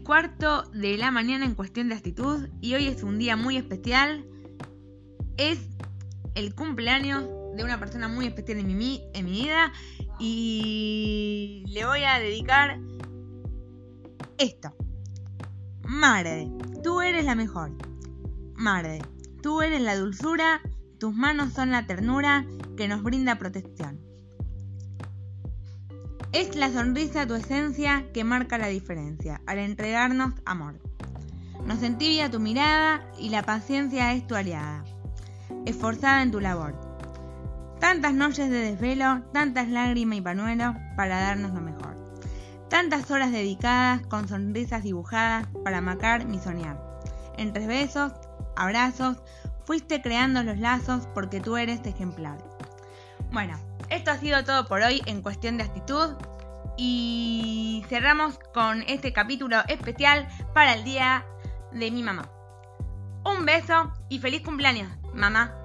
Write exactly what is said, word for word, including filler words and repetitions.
y cuarto de la mañana en cuestión de actitud y hoy es un día muy especial. Es el cumpleaños de una persona muy especial en mi, en mi vida y le voy a dedicar esto. Marde, tú eres la mejor. Marde, tú eres la dulzura, tus manos son la ternura que nos brinda protección. Es la sonrisa tu esencia que marca la diferencia al entregarnos amor. Nos entibia tu mirada y la paciencia es tu aliada, esforzada en tu labor. Tantas noches de desvelo, tantas lágrimas y pañuelos para darnos lo mejor. Tantas horas dedicadas con sonrisas dibujadas para marcar mi soñar. Entre besos, abrazos, fuiste creando los lazos porque tú eres ejemplar. Bueno, esto ha sido todo por hoy en cuestión de actitud y cerramos con este capítulo especial para el día de mi mamá. Un beso y feliz cumpleaños, mamá.